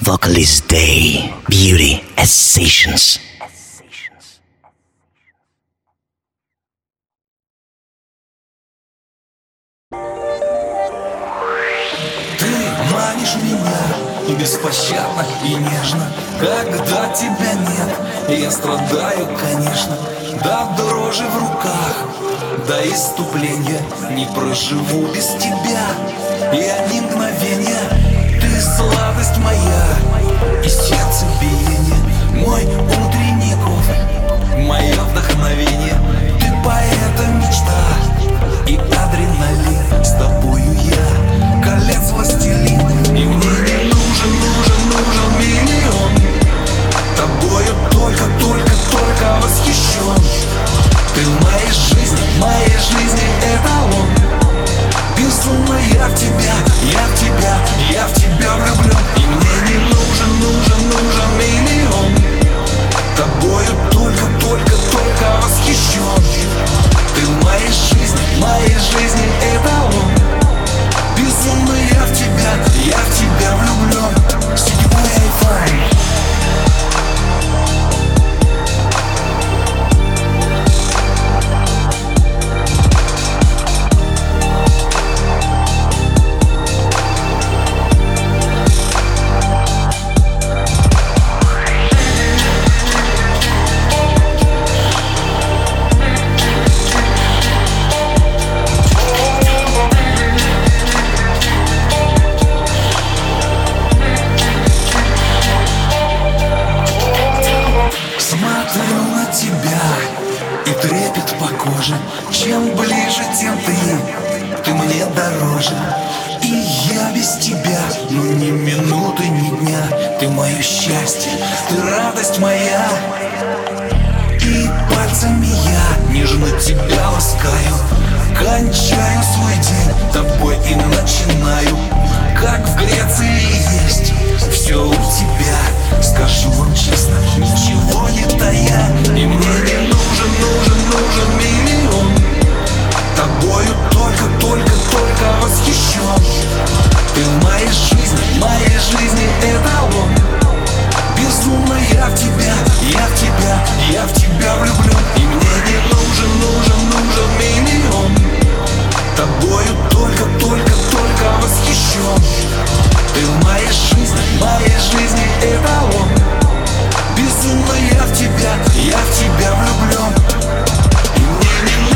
Vocalist Day, Beauty as Sessions. Ты манишь меня беспощадно и нежно. Когда тебя нет, я страдаю, конечно. До дрожи в руках, до иступления. Не проживу без тебя я ни мгновения. Ты сладость моя и сердце биение. Мой утренний кофе, мое вдохновение. Ты поэта мечта и адреналин. С тобою я колец властелин. И мне не нужен миллион. Тобою только восхищен. Ты в моей жизни эталон. Безумно я в тебя влюблен. И мне не нужен миллион. Тобою только восхищен. Ты в моей жизни эталон. Безумно я в тебя влюблен. Седьмой айфон. Чем ближе, тем ты мне дороже. И я без тебя, ни минуты, ни дня. Ты мое счастье, ты радость моя. И пальцами я нежно тебя ласкаю. Кончаю свой день тобой и начинаю. Как в Греции есть все у тебя. Скажу вам честно, ничего не тая. И мне не нужен миллион. Тобою только восхищен. Ты в моей жизни эталон. Безумно я в тебя влюблен. И мне не нужен миллион. Тобою только восхищен. Ты в моей жизни эталон. Безумно я в тебя влюблен. И мне не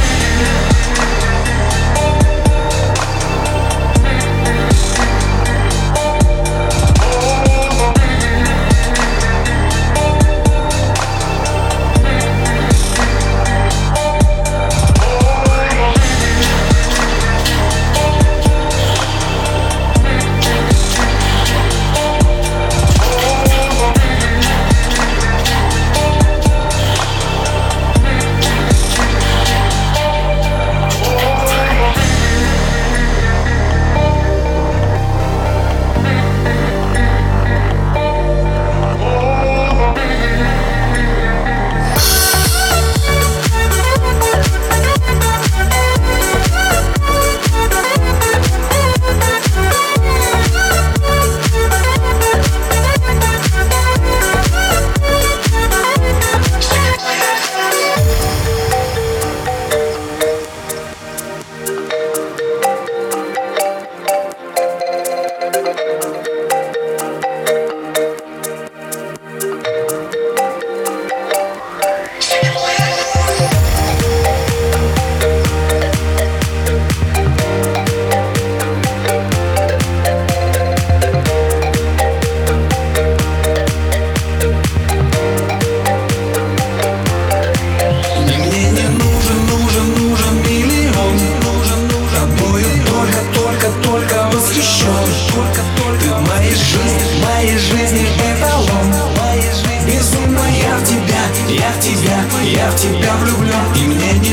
я в тебя влюблен. И мне не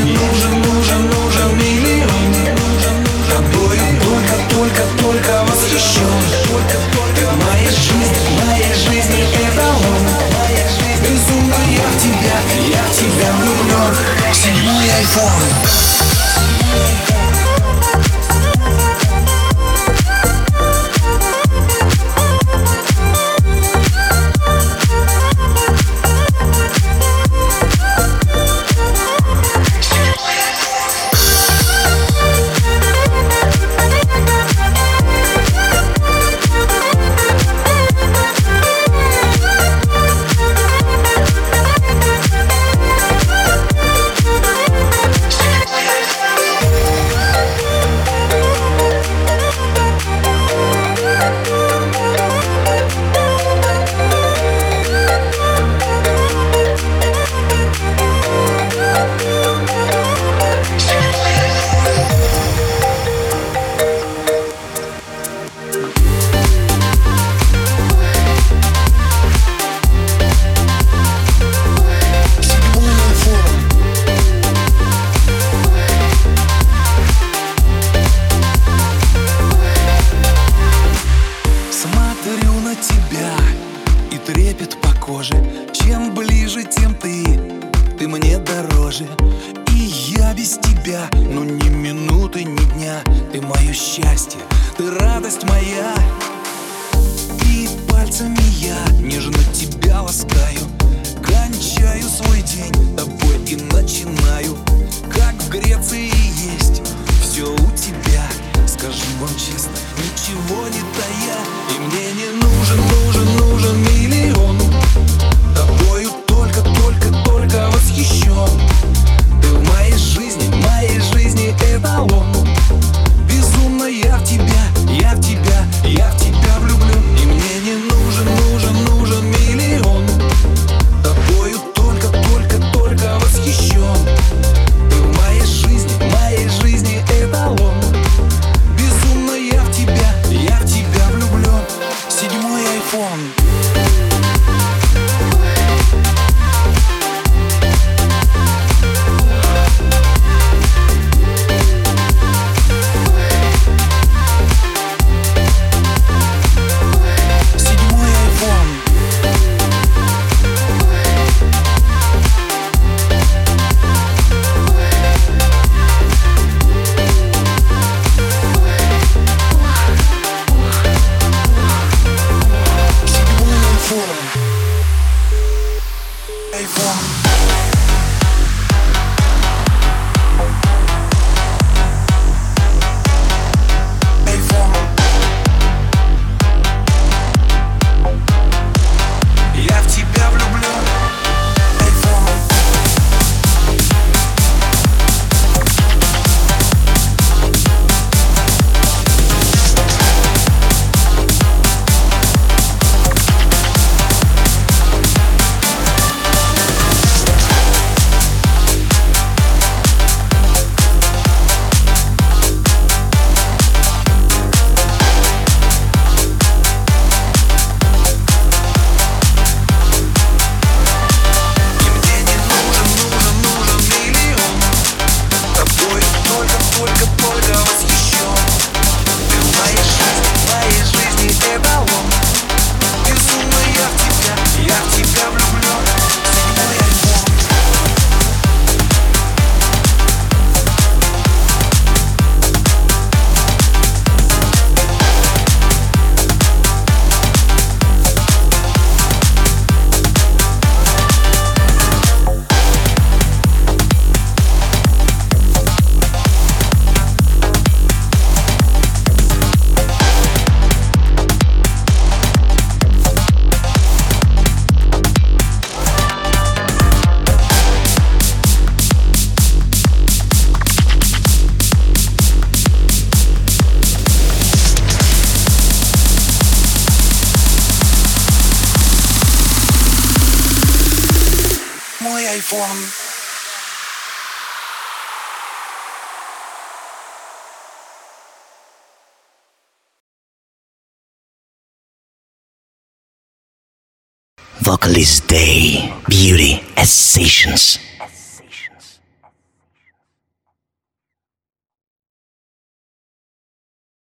нужен миллион. Тобою только восхищен. Ты в моей жизни эталон. Безумно я в тебя влюблен. Седьмой айфон. дороже. Чем ближе, тем ты мне дороже. И я без тебя, ну ни минуты, ни дня. Ты мое счастье, ты радость моя. И пальцами я нежно тебя ласкаю. Кончаю свой день тобой и начинаю. Как в Греции есть все у тебя. Скажи вам честно, ничего не тая. И мне не нужен миллион. Тобою только восхищен. Ты в моей жизни эталон. Безумно я в тебя влюблен. И мне не нужен миллион. Тобою только восхищен. Ты в моей жизни эталон. Безумно я в тебя влюблен. 7-й iPhone. iPhone. Vocalist Day, Beauty as Sessions.